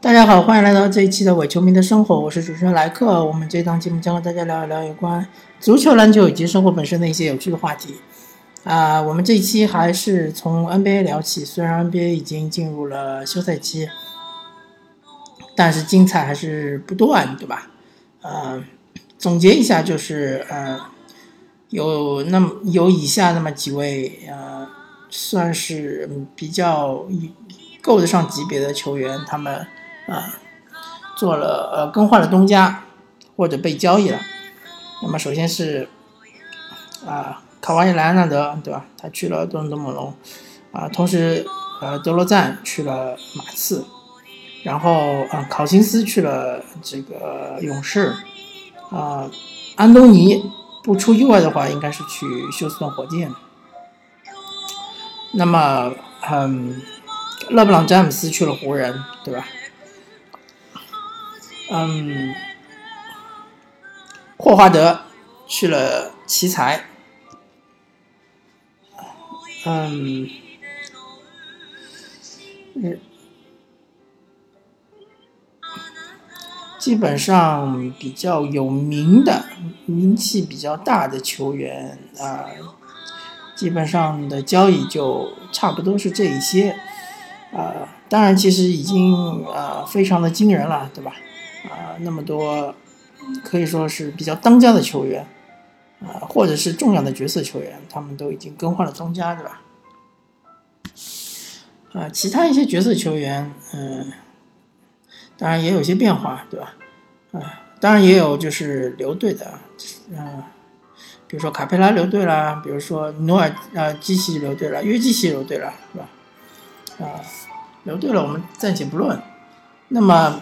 大家好，欢迎来到这一期的伪球迷的生活，我是主持人莱克。我们这档节目将和大家聊一聊有关足球、篮球以及生活本身的一些有趣的话题。我们这一期还是从 NBA 聊起，虽然 NBA 已经进入了休赛期，但是精彩还是不断，对吧？总结一下就是有以下那么几位算是比较够得上级别的球员，他们做了更换了东家或者被交易了。那么首先是卡瓦伊莱昂纳德，对吧？他去了多伦多猛龙同时德罗赞去了马刺，然后考辛斯去了这个勇士，安东尼不出意外的话应该是去休斯顿火箭。那么勒布朗詹姆斯去了湖人，对吧？霍华德去了奇才，基本上比较有名的、名气比较大的球员基本上的交易就差不多是这一些当然其实已经非常的惊人了，对吧？那么多可以说是比较当家的球员或者是重要的角色球员，他们都已经更换了东家，对吧？其他一些角色球员当然也有些变化，对吧？当然也有就是留队的比如说卡佩拉留队了，比如说努尔基奇留队了，约基奇留队了，对吧？留队了我们暂且不论。那么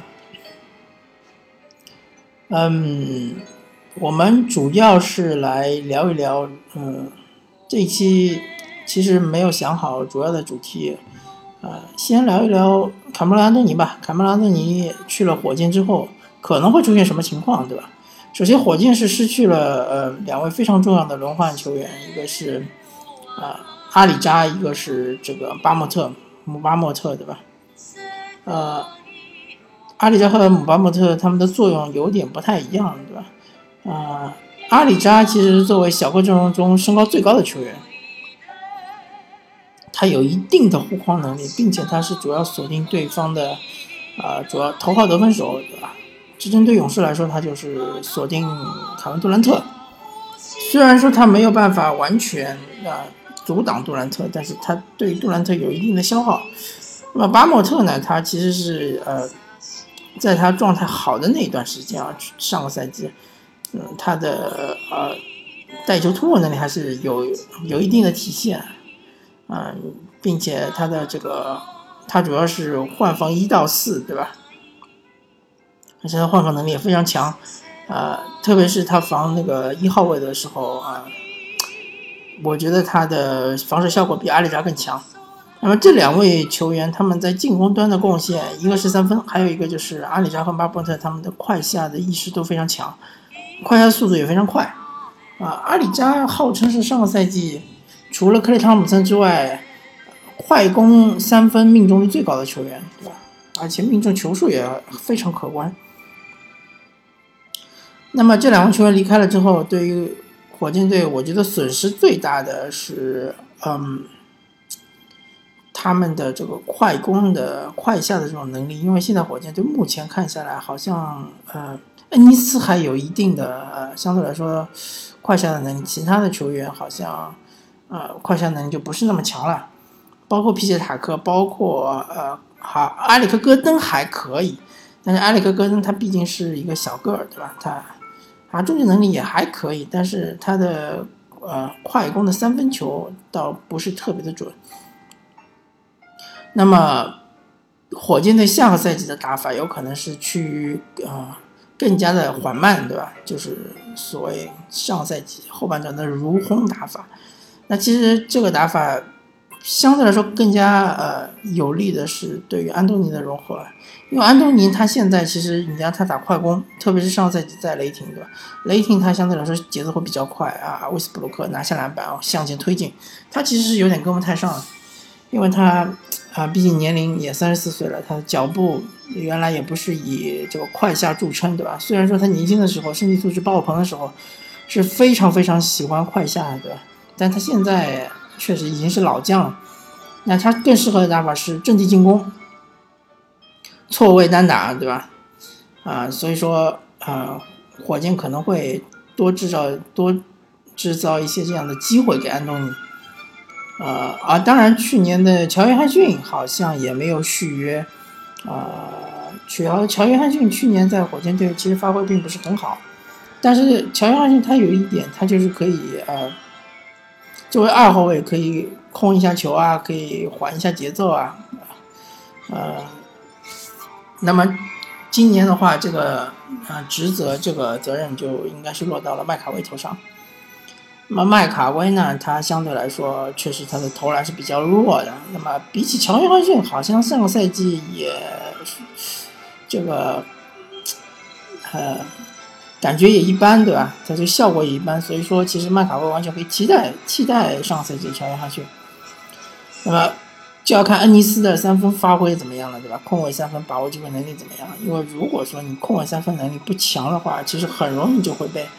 我们主要是来聊一聊这一期其实没有想好主要的主题先聊一聊卡梅隆安东尼吧。卡梅隆安东尼去了火箭之后可能会出现什么情况，对吧？首先火箭是失去了两位非常重要的轮换球员，一个是阿里扎，一个是这个姆巴莫特，对吧？阿里扎和姆巴莫特他们的作用有点不太一样，对吧？阿里扎其实作为小个阵容中身高最高的球员，他有一定的护框能力，并且他是主要锁定对方的主要头号得分手，对吧？这针对勇士来说，他就是锁定凯文杜兰特。虽然说他没有办法完全阻挡杜兰特，但是他对杜兰特有一定的消耗。那么巴莫特呢，他其实是在他状态好的那一段时间上个赛季他的带球突破能力还是有一定的体现并且他的这个他主要是换防1到4，对吧？而且他换防能力也非常强特别是他防那个1号位的时候我觉得他的防守效果比阿里扎更强。那么这两位球员他们在进攻端的贡献，一个是3分，还有一个就是阿里扎和巴莫特他们的快下的意识都非常强，快下速度也非常快阿里扎号称是上个赛季除了克雷汤普森之外快攻3分命中率最高的球员，对吧？而且命中球数也非常可观。那么这两位球员离开了之后，对于火箭队我觉得损失最大的是他们的这个快攻的快下的这种能力，因为现在火箭队目前看下来好像恩尼斯还有一定的相对来说快下的能力，其他的球员好像快下能力就不是那么强了，包括皮杰塔克，包括阿里克戈登还可以，但是阿里克戈登他毕竟是一个小个儿，对吧？他终结能力也还可以，但是他的快攻的3分球倒不是特别的准。那么火箭队下个赛季的打法有可能是趋于更加的缓慢，对吧？就是所谓上赛季后半段的如轰打法。那其实这个打法相对来说更加有利的是对于安东尼的融合，因为安东尼他现在其实你让他打快攻，特别是上赛季在雷霆，对吧？雷霆他相对来说节奏会比较快威斯布鲁克拿下篮板向前推进，他其实是有点跟不太上的，因为他毕竟年龄也34岁了，他的脚步原来也不是以这个快下著称，对吧？虽然说他年轻的时候身体素质爆棚的时候是非常非常喜欢快下，对吧？但他现在确实已经是老将了，那他更适合的打法是阵地进攻，错位单打，对吧？所以说火箭可能会多制造一些这样的机会给安东尼。当然去年的乔约翰逊好像也没有续约，乔约翰逊去年在火箭队其实发挥并不是很好，但是乔约翰逊他有一点，他就是可以作为二后卫可以控一下球啊，可以缓一下节奏啊，那么今年的话，这个职责这个责任就应该是落到了麦卡威头上。那么麦卡威呢，他相对来说确实他的投篮是比较弱的。那么比起乔约翰逊，好像上个赛季也这个感觉也一般，对吧？他这效果也一般，所以说其实麦卡威完全可以替代上个赛季乔约翰逊。那么就要看恩尼斯的三分发挥怎么样了，对吧？控卫三分把握机会能力怎么样？因为如果说你控卫三分能力不强的话，其实很容易就会被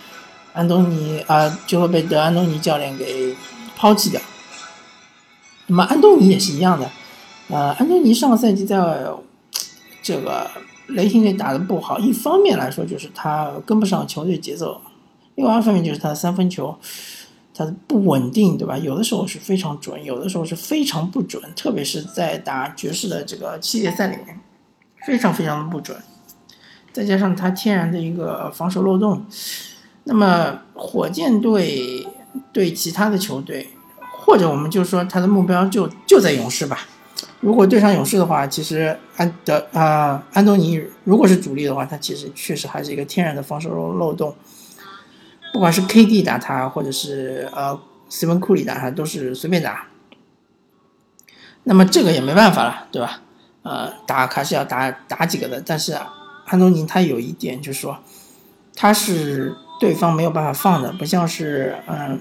德安东尼教练给抛弃掉。那么安东尼也是一样的，安东尼上个赛季在这个雷霆队打得不好，一方面来说就是他跟不上球队节奏，另外一方面就是他的三分球它的不稳定，对吧？有的时候是非常准，有的时候是非常不准，特别是在打爵士的这个系列赛里面，非常非常的不准。再加上他天然的一个防守漏洞，那么火箭队对其他的球队，或者我们就说他的目标就在勇士吧。如果对上勇士的话，其实安东尼如果是主力的话，他其实确实还是一个天然的防守漏洞。不管是 KD 打他，或者是斯文库里打他，都是随便打。那么这个也没办法了，对吧？打还是要打几个的。但是安东尼他有一点就是说，他是对方没有办法放的，不像是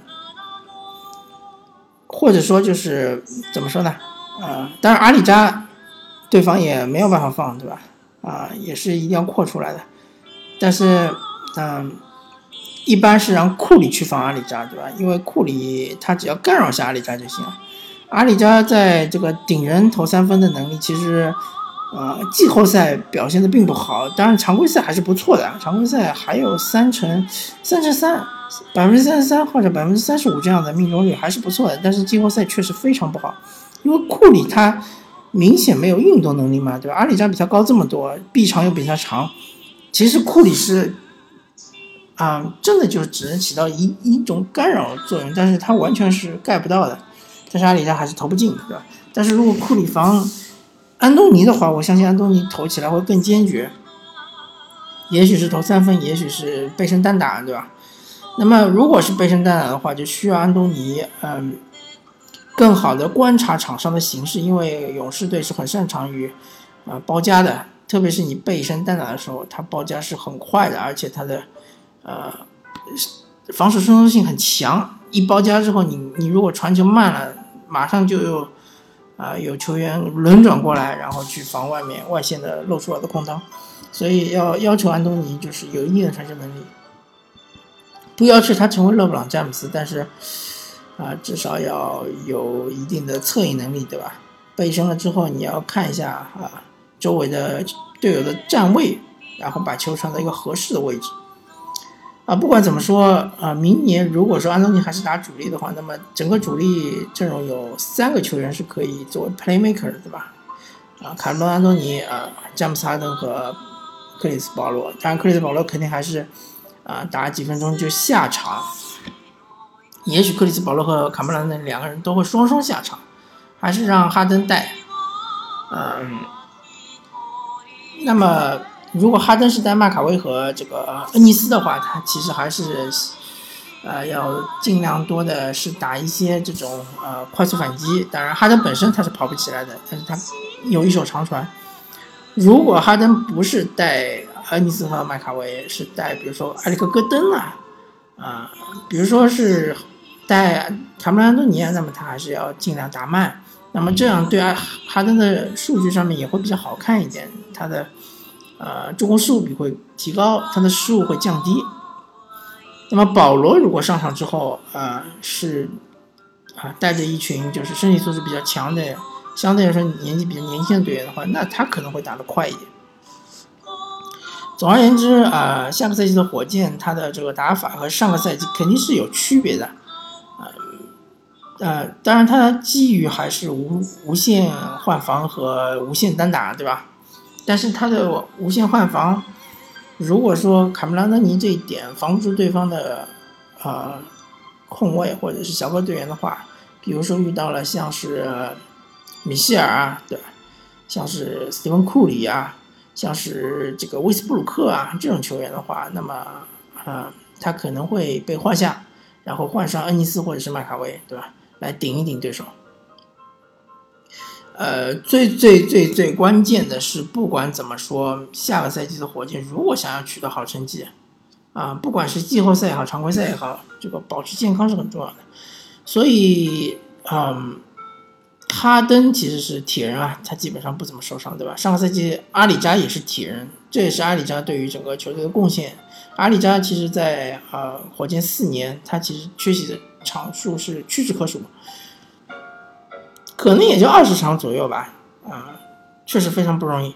或者说就是怎么说呢？当然阿里扎对方也没有办法放，对吧？也是一定要扩出来的。但是一般是让库里去防阿里扎，对吧？因为库里他只要干扰下阿里扎就行了。阿里扎在这个顶人投三分的能力，其实季后赛表现的并不好，当然常规赛还是不错的，常规赛还有33%、33%或者35%这样的命中率还是不错的，但是季后赛确实非常不好，因为库里他明显没有运动能力嘛，对吧？阿里扎比他高这么多，臂长又比他长，其实库里是真的就只能起到一种干扰作用，但是他完全是盖不到的。但是阿里扎还是投不进，对吧？但是如果库里防安东尼的话，我相信安东尼投起来会更坚决，也许是投三分，也许是背身单打，对吧？那么如果是背身单打的话，就需要安东尼更好的观察场上的形势，因为勇士队是很擅长于包夹的，特别是你背身单打的时候，他包夹是很快的，而且他的防守顺从性很强，一包夹之后你如果传球慢了，马上就有球员轮转过来，然后去防外线的露出来的空当，所以要求安东尼就是有一定的传球能力，不要求他成为勒布朗詹姆斯，但是至少要有一定的策应能力，对吧？背身了之后，你要看一下周围的队友的站位，然后把球传到一个合适的位置。不管怎么说，明年如果说安东尼还是打主力的话，那么整个主力阵容有3个球员是可以作为 playmaker 的，对吧？卡罗安东尼、詹姆斯哈登和克里斯保罗。当然，克里斯保罗肯定还是打几分钟就下场，也许克里斯保罗和卡梅伦那2个人都会双下场，还是让哈登带。那么如果哈登是带麦卡威和这个恩尼斯的话，他其实还是要尽量多的是打一些这种快速反击。当然哈登本身他是跑不起来的，但是他有一手长传。如果哈登不是带恩尼斯和麦卡威，是带比如说埃里克戈登比如说是带卡梅伦安东尼，那么他还是要尽量打慢， 那么这样对哈登的数据上面也会比较好看一点，他的助攻失误比会提高，他的失误会降低。那么保罗如果上场之后是带着一群就是身体素质比较强的，相对来说年纪比较年轻的队员的话，那他可能会打得快一点。总而言之下个赛季的火箭他的这个打法和上个赛季肯定是有区别的。当然它基于还是无限换防和无限单打，对吧？但是它的无限换防，如果说卡梅拉德尼这一点防不住对方的控卫或者是小个队员的话，比如说遇到了像是米歇尔对吧，像是斯蒂芬库里像是这个威斯布鲁克这种球员的话，那么他可能会被换下，然后换上恩尼斯或者是麦卡威，对吧？来顶一顶对手。最关键的是，不管怎么说，下个赛季的火箭如果想要取得好成绩不管是季后赛也好，常规赛也好，这个保持健康是很重要的。所以哈登其实是铁人他基本上不怎么受伤，对吧？上个赛季阿里扎也是铁人，这也是阿里扎对于整个球队的贡献。阿里扎其实在火箭4年，他其实缺席的场数是屈指可数，可能也就20场左右吧，确实非常不容易。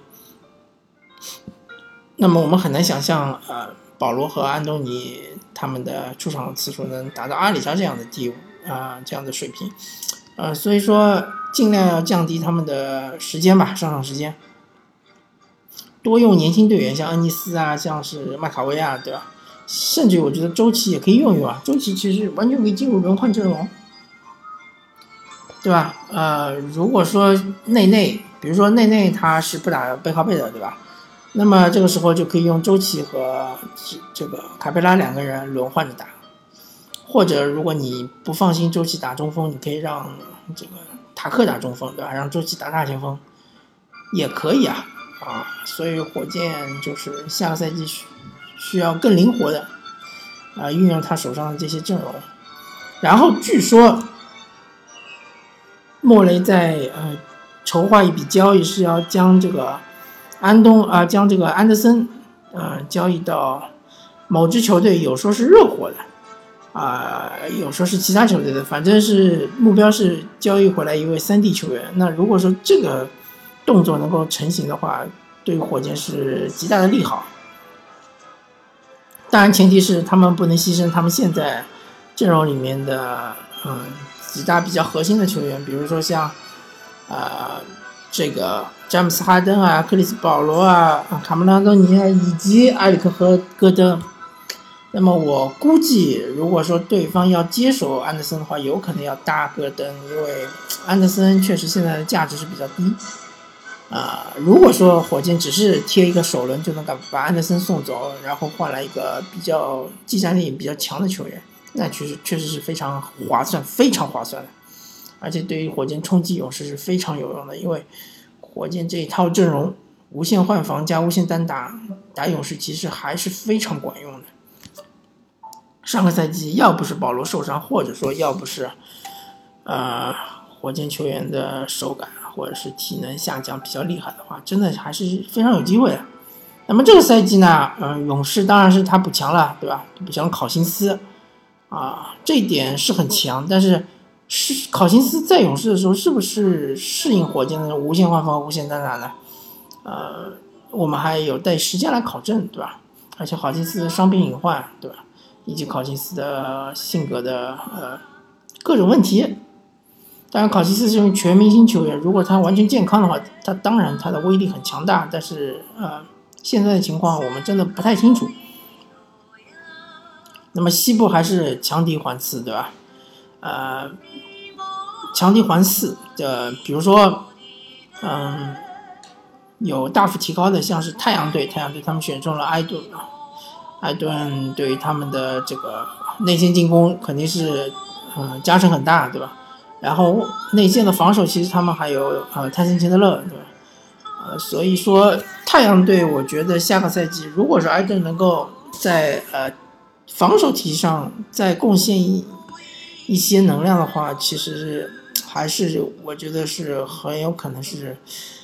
那么我们很难想象保罗和安东尼他们的出场次数能达到阿里扎这样的这样的水平，所以说尽量要降低他们的时间吧，上场时间，多用年轻队员，像恩尼斯像是麦卡威对吧？甚至我觉得周琦也可以用周琦其实完全可以进入轮换阵容，对吧？如果说比如说内内他是不打背靠背的，对吧？那么这个时候就可以用周琦和这个卡佩拉2个人轮换着打，或者如果你不放心周琦打中锋，你可以让这个塔克打中锋，对吧？让周琦打大前锋也可以所以火箭就是下个赛季需要更灵活的运用他手上的这些阵容。然后据说莫雷在筹划一笔交易，是要将这个安德森交易到某支球队，有说是热火的有说是其他球队的，反正是目标是交易回来一位3D 球员。那如果说这个动作能够成型的话，对于火箭是极大的利好。当然前提是他们不能牺牲他们现在阵容里面的几大比较核心的球员，比如说像这个詹姆斯哈登克里斯保罗卡梅拉多尼以及埃里克和戈登。那么我估计如果说对方要接手安德森的话，有可能要搭戈登，因为安德森确实现在的价值是比较低如果说火箭只是贴一个首轮就能把安德森送走，然后换来一个比较技战力比较强的球员，那确实是非常划算，非常划算的。而且对于火箭冲击勇士是非常有用的，因为火箭这一套阵容无限换防加无限单打勇士其实还是非常管用的。上个赛季要不是保罗受伤，或者说要不是火箭球员的手感或者是体能下降比较厉害的话，真的还是非常有机会的。那么这个赛季呢勇士当然是他补强了，对吧？补强考辛斯这一点是很强，但是考辛斯在勇士的时候是不是适应火箭的无限换防无限单打呢？我们还有待时间来考证，对吧？而且考辛斯的伤病隐患，对吧？以及考辛斯的性格的各种问题。当然考辛斯是全明星球员，如果他完全健康的话，当然他的威力很强大，但是现在的情况我们真的不太清楚。那么西部还是强敌环伺，对吧？强敌环伺的，比如说有大幅提高的，像是太阳队他们选中了埃顿对于他们的这个内线进攻肯定是加成很大，对吧？然后内线的防守其实他们还有泰森钱德勒，对吧？所以说太阳队我觉得下个赛季如果是埃顿能够在防守体系上再贡献一些能量的话，其实还是我觉得是很有可能是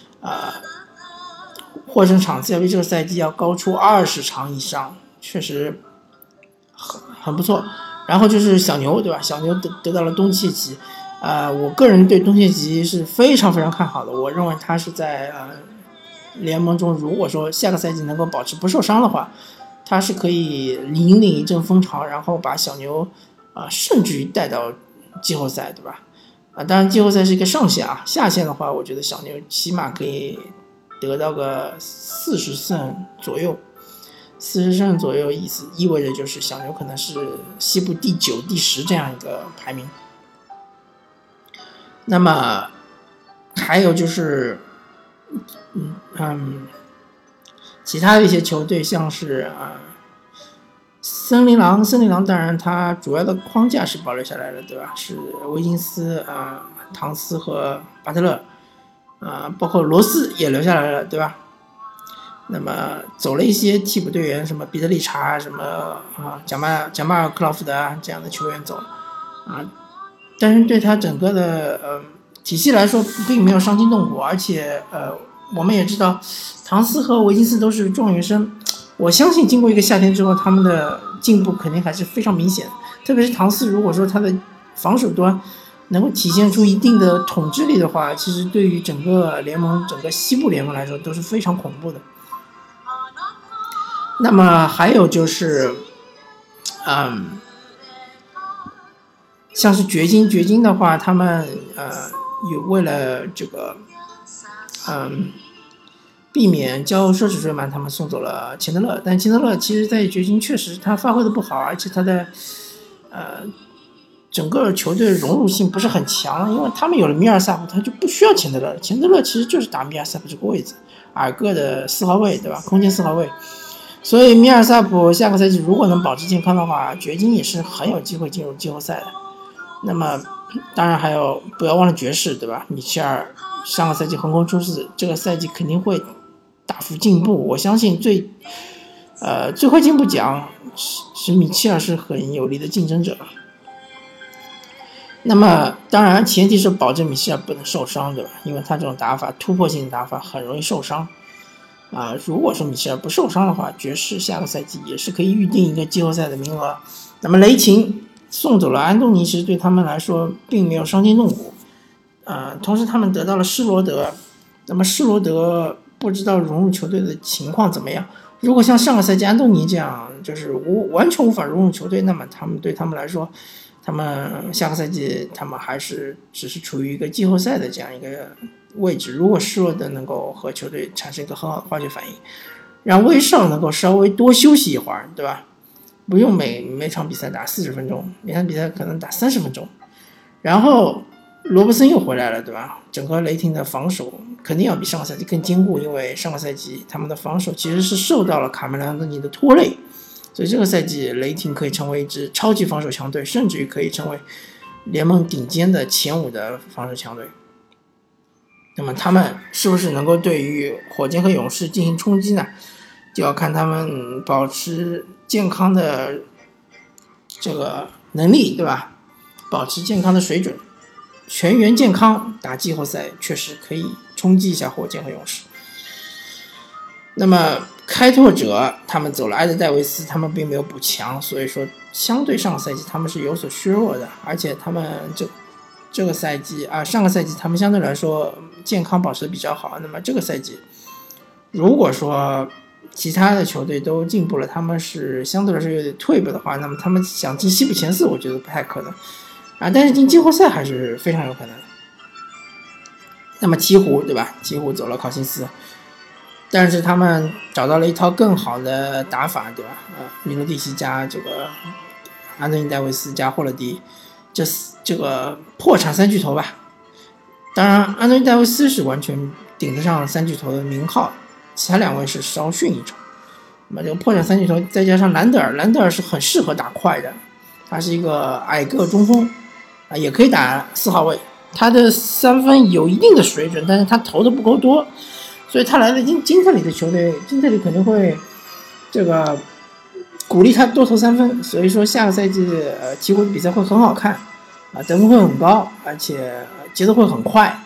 获胜场次要比这个赛季要高出20场以上，确实很不错。然后就是小牛，对吧？小牛得到了东契奇，我个人对东契奇是非常非常看好的。我认为他是在联盟中，如果说下个赛季能够保持不受伤的话，他是可以引领一阵风潮，然后把小牛甚至于带到季后赛，对吧？当然季后赛是一个上限啊，下限的话，我觉得小牛起码可以得到个40胜左右。40胜左右意味着就是小牛可能是西部第9、第10这样一个排名。那么还有就是其他的一些球队，像是森林狼当然它主要的框架是保留下来了，对吧？是维金斯唐斯和巴特勒包括罗斯也留下来了，对吧？那么走了一些替补队员，什么彼得理查，什么贾马尔克劳福德这样的球员走了但是对他整个的体系来说并没有伤筋动骨，而且我们也知道唐斯和维金斯都是状元生，我相信经过一个夏天之后，他们的进步肯定还是非常明显的。特别是唐斯，如果说他的防守端能够体现出一定的统治力的话，其实对于整个联盟、整个西部联盟来说都是非常恐怖的。那么还有就是像是掘金的话，他们有为了这个避免交奢侈税嘛，他们送走了钱德勒，但钱德勒其实在掘金确实他发挥的不好，而且他的整个球队融入性不是很强，因为他们有了米尔萨普，他就不需要钱德勒，钱德勒其实就是打米尔萨普这个位置，矮个的4号位，对吧？空间4号位。所以米尔萨普下个赛季如果能保持健康的话，掘金也是很有机会进入季后赛的。那么当然还有不要忘了爵士，对吧？米切尔上个赛季横空出世，这个赛季肯定会大幅进步。我相信最快进步奖是米切尔是很有力的竞争者。那么当然前提是保证米切尔不能受伤，对吧？因为他这种打法突破性的打法很容易受伤。如果说米切尔不受伤的话，爵士下个赛季也是可以预定一个季后赛的名额。那么雷霆送走了安东尼，其实对他们来说并没有伤筋动骨。同时他们得到了施罗德，那么施罗德不知道融入球队的情况怎么样。如果像上个赛季安东尼这样就是完全无法融入球队，那么对他们来说，他们下个赛季他们还是只是处于一个季后赛的这样一个位置。如果施罗德能够和球队产生一个很好的化学反应，让威少能够稍微多休息一会儿，对吧？不用每场比赛打40分钟，每场比赛可能打30分钟，然后罗伯森又回来了，对吧？整个雷霆的防守肯定要比上个赛季更坚固，因为上个赛季他们的防守其实是受到了卡梅伦·安东尼的拖累，所以这个赛季雷霆可以成为一支超级防守强队，甚至于可以成为联盟顶尖的前5的防守强队。那么他们是不是能够对于火箭和勇士进行冲击呢？就要看他们保持健康的这个能力，对吧？保持健康的水准，全员健康打季后赛确实可以冲击一下火箭和勇士。那么开拓者他们走了埃德戴维斯，他们并没有补强，所以说相对上个赛季他们是有所削弱的，而且他们这个赛季上个赛季他们相对来说健康保持的比较好。那么这个赛季如果说其他的球队都进步了，他们是相对来说有点退步的话，那么他们想进西部前4我觉得不太可能但是进季后赛还是非常有可能。那么鹈鹕，对吧？鹈鹕走了考辛斯，但是他们找到了一套更好的打法，对吧？米罗蒂奇加这个安东尼戴维斯加霍勒迪，这个破产3巨头吧。当然安东尼戴维斯是完全顶得上3巨头的名号，其他2位是稍逊一筹。那么这个破产3巨头再加上兰德尔是很适合打快的，他是一个矮个中锋也可以打4号位，他的3分有一定的水准，但是他投的不够多，所以他来了金特里的球队，金特里肯定会这个鼓励他多投3分，所以说下个赛季鹈鹕的比赛会很好看得分会很高，而且节奏会很快。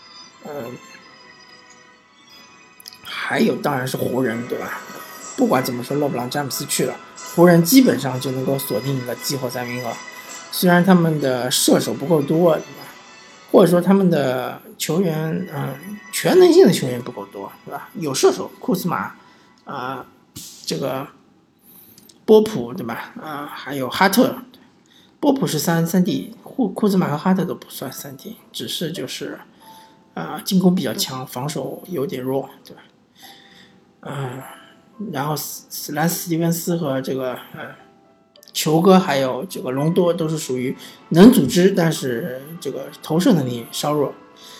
还有当然是湖人，对吧？不管怎么说，勒布朗詹姆斯去了，湖人基本上就能够锁定一个季后赛名额。虽然他们的射手不够多，对吧？或者说他们的球员，全能性的球员不够多，对吧？有射手库兹马，这个波普，对吧？还有哈特，波普是3D，库兹马和哈特都不算3D，只是就是进攻比较强，防守有点弱，对吧？然后史蒂芬斯和这个球哥还有这个隆多都是属于能组织，但是这个投射能力稍弱。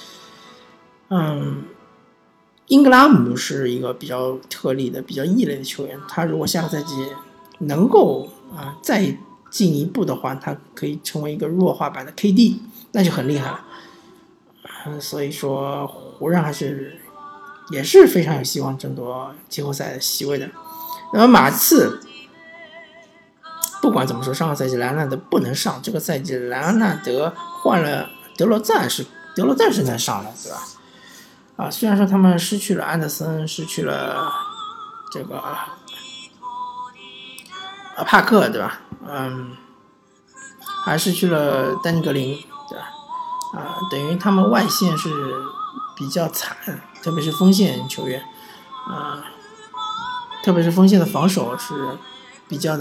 英格拉姆是一个比较特例的、比较异类的球员，他如果下个赛季能够再进一步的话，他可以成为一个弱化版的 KD， 那就很厉害了。所以说湖人也是非常有希望争夺季后赛的席位的。那么马刺，不管怎么说，上个赛季莱昂纳德不能上，这个赛季莱昂纳德换了德罗赞是能上的，对吧？虽然说他们失去了安德森，失去了这个帕克，对吧？还失去了丹尼格林，对吧？等于他们外线是比较惨，特别是锋线球员，特别是锋线的防守是比较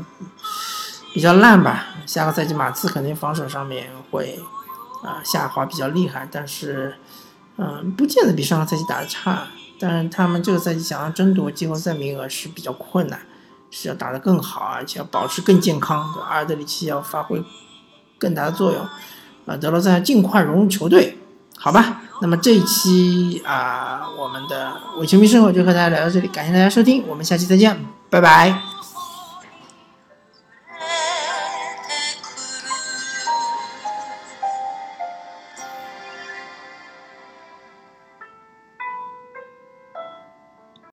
烂吧。下个赛季马刺肯定防守上面会下滑比较厉害，但是不见得比上个赛季打得差。但是他们这个赛季想要争夺季后赛名额是比较困难，是要打得更好，而且要保持更健康的，阿尔德里奇要发挥更大的作用，德罗赞尽快融入球队，好吧？那么这一期我们的伪球迷生活就和大家聊到这里，感谢大家收听，我们下期再见，拜拜。